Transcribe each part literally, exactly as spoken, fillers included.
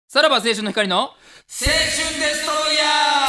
さらば青春の光の青春デストロイヤ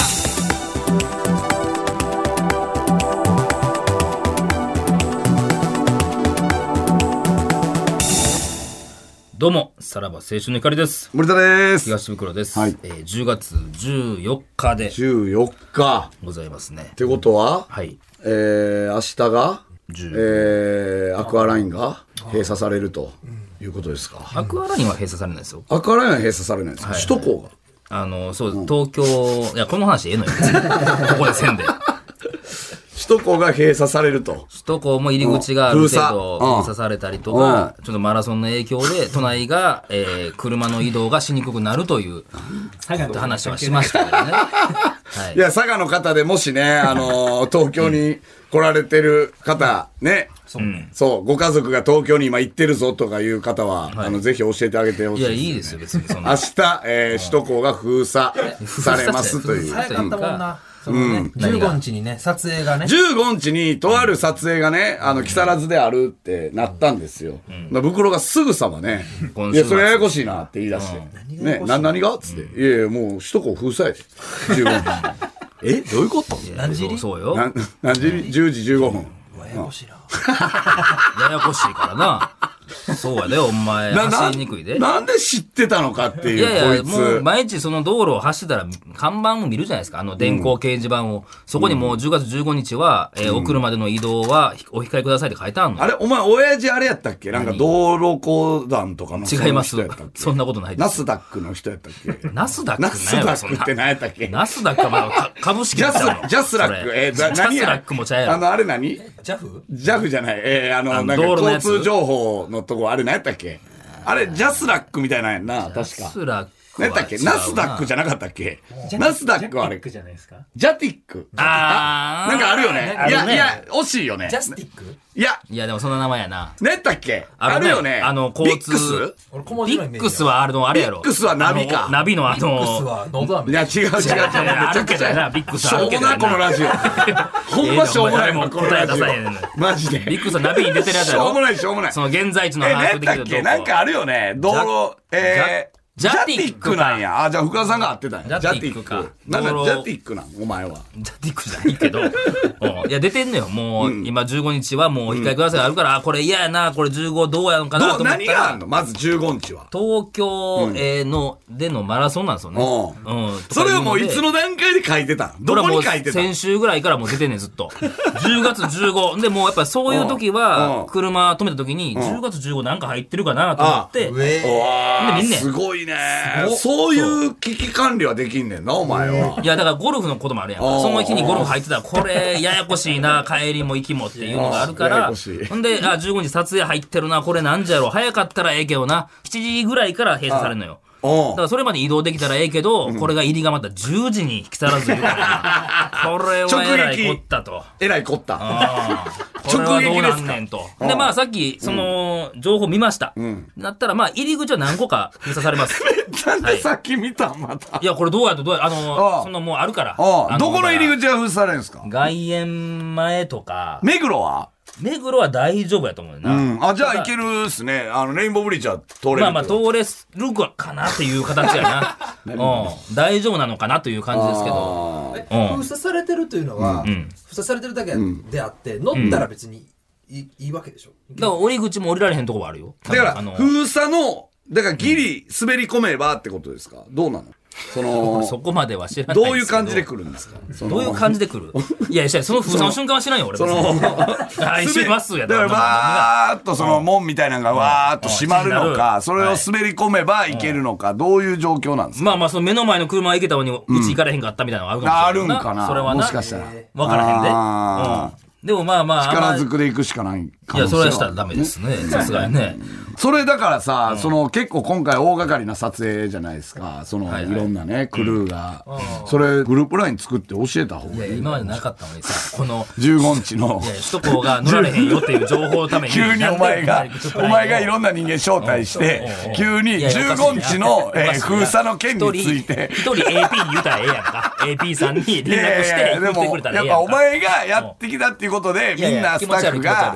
ー。どうもさらば青春の光です。 森田です。 東袋です、 はいえー、じゅうがつじゅうよっかでじゅうよっかございますね。 ってことは、 はい、 えー、明日が、 じゅうえー、アクアラインが閉鎖されるということですか。 アクアラインは閉鎖されないですよ。 アクアラインは閉鎖されないですか、はいはい、首都高があのそう、うん、東京いやこの話ええのよここでせんで首都高が閉鎖されると。 首都高も入り口がある程度封鎖されたりとか、ちょっとマラソンの影響で都内が、えー、車の移動がしにくくなるという話はしましたけどね、はい、 いや佐賀の方でもしね、あのー、東京に来られてる方ね、そうね、そうご家族が東京に今行ってるぞとかいう方は、はい、あのぜひ教えてあげてほしいです、ね、 いやいいですよ別にそんな明日、えー、首都高が封鎖されますという。 早かったもんな。そのね、うん、じゅうごにちにね撮影がねじゅうごにちにとある撮影がね、あの木更津であるってなったんですよ、うんうん、袋がすぐさまね、うん、いやそれややこしいなって言い出して、うん、ね何何がっつって、うん、いやいやもう首都高封鎖やでじゅうごにちえどういうこと？ 何時入り？そうよ。 な何時入り？じゅうじじゅうごふん。 ややこしいなややこしいからな。そうやでお前走りにくいで。 なんで知ってたのかっていう。いやいやこいつもう毎日その道路を走ったら看板を見るじゃないですか、あの電光掲示板を、うん、そこにもうじゅうがつじゅうごにちは、うんえー、お車での移動はお控えくださいって書いてあるの。 あれお前親父あれやったっけ？なんか道路公団とかの違います。そんなことないです。 ナスダックの人やったっけ？ ナスダックナスダックって何やったっけ？ ナスダックはまだ株式ジャスジャスラックえー、何や？ジャスラックもちゃうやろ。 あのあれ何？ ジャフ？ ジャフじゃない。えー、あのなんか交通情報のとこあれ何やったっけ？あれジャスラックみたいなんやんな確か。ジャスラック何やったっけ？ナスダックじゃなかったっけ？ナスダックはあれジャティックじゃないですか？ ジャティック。 ああなんかあるよね。いやいや惜しいよね。 ジャスティック？ いやいやでもそんな名前やな。 何やったっけ？あるよね。 あの交通ビックス？ ビックスはあれのあれやろ。 ビックスはナビか。 ナビのあのビックスはノードアメ。 いや違う違う違う。めちゃくちゃビックスあるけどしょうもなこのラジオ。ほんましょうもないもんこのラジオ。マジで。 ビックスはナビに出てるやつやろ。 しょうもないしょうもない。 その現在地の把握できるとこ。 え何やったっけ？なんかあるよね。道路えージャティックなんや。あ、じゃあ福田さんが合ってたんや。 ジャティックか。 なんだジャティックなんお前は。 ジャティックじゃないけど。いや出てんのよ。もう、うん、今じゅうごにちはもうお控えくださいあるから、うん、これ嫌やな、これじゅうごどうやのかなと思ったら。 何があんのまずじゅうごにちは。 東京のでのマラソンなんですよね。 うん。うん、それをもういつの段階で書いてたん？どこに書いてたん？ 先週ぐらいからもう出てんねんずっと。じゅうがつじゅうごでもうやっぱそういう時は車止めた時にじゅうがつじゅうごなんか入ってるかなと思って。で見んねん。すごいね。そういう危機管理はできんねんなお前は。 いやだからゴルフのこともあるやん。その日にゴルフ入ってたらこれややこしいな帰りも行きもっていうのがあるから。ほんであじゅうごにち撮影入ってるなこれなんじゃろ早かったらええけどなしちじぐらいから閉鎖されるのよ。だからそれまで移動できたらええけど、うん、これが入りがまたじゅうじに引き去らず言うからこれはえらいこったと。 えらいこった。 これはどうなんねんと。でまあさっきその情報見ました。うん、なったらまあ入り口は何個か封鎖されます。 なんでさっき見たんまた。 いやこれどうやとどうやあのそのもうあるから。 どこの入り口は封鎖されるんですか？ 外苑前とか。 目黒は？目黒は大丈夫やと思うよな、 うん、あじゃあいけるっすね。あのレインボーブリッジは通れる。 まあまあ通れるかなっていう形やな、うん、大丈夫なのかなという感じですけど、 うん、封鎖されてるというのは、うん、封鎖されてるだけであって、うん、乗ったら別にいい、いいわけでしょ。 だから降り口も降りられへんとこもあるよ。 だから封鎖のだからギリ滑り込めばってことですか？どうなの？そのそこまでは知らないですけど。 どういう感じで来るんですか？ どういう感じで来る？いやいやその封鎖の瞬間は知らんよ俺。そのはいしますやだからわーっとその門みたいなのがわーっと閉まるのか、それを滑り込めばいけるのか、どういう状況なんですか？ まあまあその目の前の車は行けたのにうち行かれへんかったみたいなのがあるかもしれない。 あるんかな。 それはな。 もしかしたら分からへんで。うんでもまあまあ力ずくで行くしかないかもしれない。 いやそれはしたらダメですねさすがにね。 それだからさ、うん、その結構今回大掛かりな撮影じゃないですか。その、はいはい、いろんなねクルーが、うん、それグループライン作って教えた方がいい。 いや今までなかったのにさこのじゅうごにちのいや首都高が乗られへんよっていう情報のために急にお前がお前がいろんな人間招待して急にじゅうごにちの、えー、封鎖の件について一人 エーピー に言うたらええやんか。エーピー さんに連絡して言ってくれたらええやんか。 やっぱお前がやってきたっていうことでみんなスタッフがなん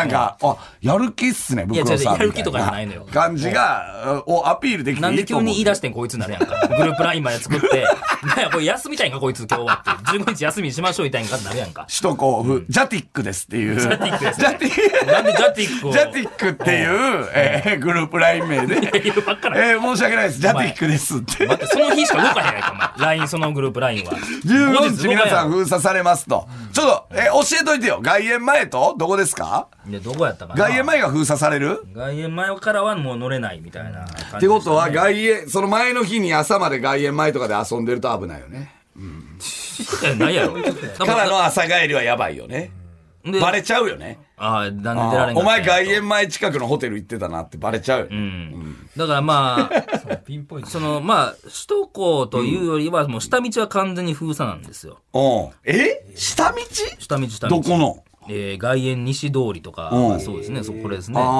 なんか、あ、やる気っすね、ブクロさんみたいな。 いや、やる気とかじゃないのよ。 感じが、をアピールできていいと思う。 なんで急に言い出してんこいつになるやんか。グループラインまで作って、なんや、これ休みたいんかこいつ今日はって。じゅうごにち休みにしましょうみたいんかってなるやんか。 首都高府、ジャティックですっていう。 ジャティックです。 ジャティック。 なんでジャティックを。 ジャティックっていう、えー、グループライン名で。えー、申し訳ないです。ジャティックですって。 待って、その日しか動かへんやんか、お前。ライン、そのグループラインは。 じゅうごにち皆さん封鎖されますと。ちょっと、えー、教えといてよ。外苑前とどこですか？ で、どこやったかな。 外苑前が封鎖される？ 外苑前からはもう乗れないみたいな感じでしたね。 ってことは、外苑、その前の日に朝まで外苑前とかで遊んでると危ないよね。 うん。ないやろ。 からの朝帰りはやばいよね。バレちゃうよね。 ああ、なんで出られんかったんやと。 お前外苑前近くのホテル行ってたなってバレちゃうよ。うん。うん、 だからまあ、ピンポイント。その、まあ、首都高というよりは、もう下道は完全に封鎖なんですよ。 うん。え下道下道、下道。 どこのえー、外苑西通りとか、そうですね、そこですね。だから、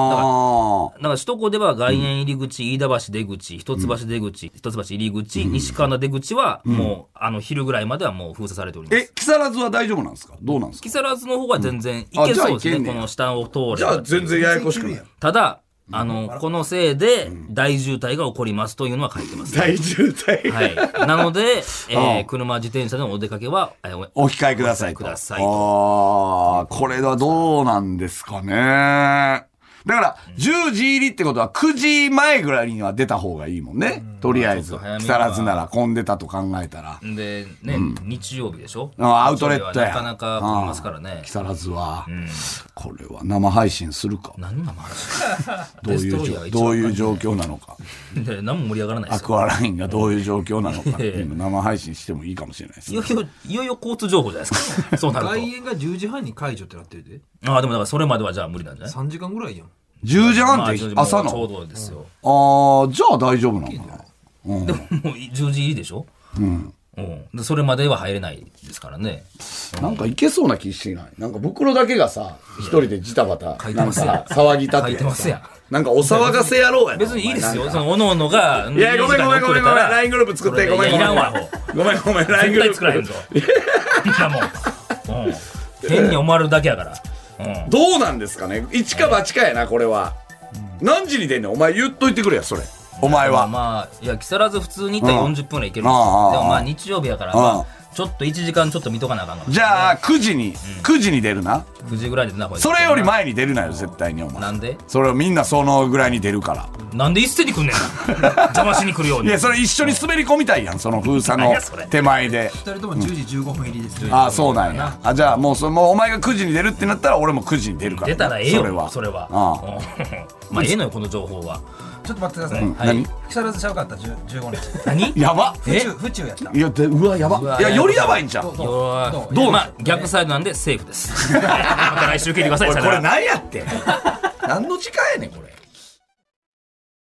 だから首都高では外苑入り口、飯田橋出口、一橋出口、一橋入り口、西川の出口は、もう、あの、昼ぐらいまではもう封鎖されております。 え、木更津は大丈夫なんですか？どうなんですか？ 木更津の方は全然行けそうですね、この下を通れば。 じゃあ全然ややこしくない。 ただ、あの、このせいで大渋滞が起こりますというのは書いてます、 ね。大渋滞はい。なので、えー、車、自転車でのお出かけは、 えー、お控えくださいと。 くださいと。ああ、これはどうなんですかね。だから、じゅうじ入りってことはくじまえぐらいには出た方がいいもんね。とりあえず。木更津なら混んでたと考えたら。 で、ね、うん、日曜日でしょ？ アウトレットや。 なかなか混みますからね。 木更津は、うん。これは生配信するか。 何生配信どういう、どういう状況なのか。 で、何も盛り上がらないですよ。 アクアラインがどういう状況なのかっていうの生配信してもいいかもしれないですね。 いよいよ、いよいよ交通情報じゃないですか。そうなると。 外苑がじゅうじはんに解除ってなってるで。 ああ、でもだからそれまではじゃあ無理なんじゃない？ さんじかんぐらいやん。 じゅうじはんって朝の、 ちょうどですよ。 ああ、じゃあ大丈夫なのかな。 うん、でももうじゅうじ入りでしょ？うん。うん。でそれまでは入れないですからね。 うん、なんかいけそうな気してない。なんか袋だけがさ、一人でジタバタ、なんか騒ぎ立てて。 書いてますやん。 なんかお騒がせやろうやな。 別にいいですよ。その、おのおのが。 いや、ごめんごめんごめんごめん。ライン グループ作って、ごめんごめん。 いらんわ、 ごめんごめん、ライン グループ。 絶対作らへんぞ。みんなもん。うん。変に思われるだけやから。 うん。どうなんですかね。一か八かやな、これは。何時に出んねんお前言っといてくれやそれお前は。 まあいや木更津普通に行ったらよんじゅっぷんで行けるんですよ。でもまあ日曜日やからまあちょっといちじかんちょっと見とかなあかんの。 じゃあくじにくじに出るな。 くじぐらいで出なほうがいい。 それより前に出るなよ絶対にお前。 なんで？ それをみんなそのぐらいに出るから。 なんで一斉に来んねんな。邪魔しに来るように。 いやそれ一緒に滑り込みたいやんその封鎖の手前で。 ふたりともじゅうじじゅうごふん入りです。 ああそうなんや。あじゃあもうそもうお前がくじに出るってなったら俺もくじに出るから。 出たらええよそれは。 それは。まあええのよこの情報は。 ちょっと待ってください。何？木更津ちゃうかったじゅうごにち。 何？ やば。 府中府中やった。 いやでうわやば。いやよりやばいんじゃん。どうどうまあ逆サイドなんでセーフです。また来週聞いてください。 これ何やって。何の時間やねんこれ。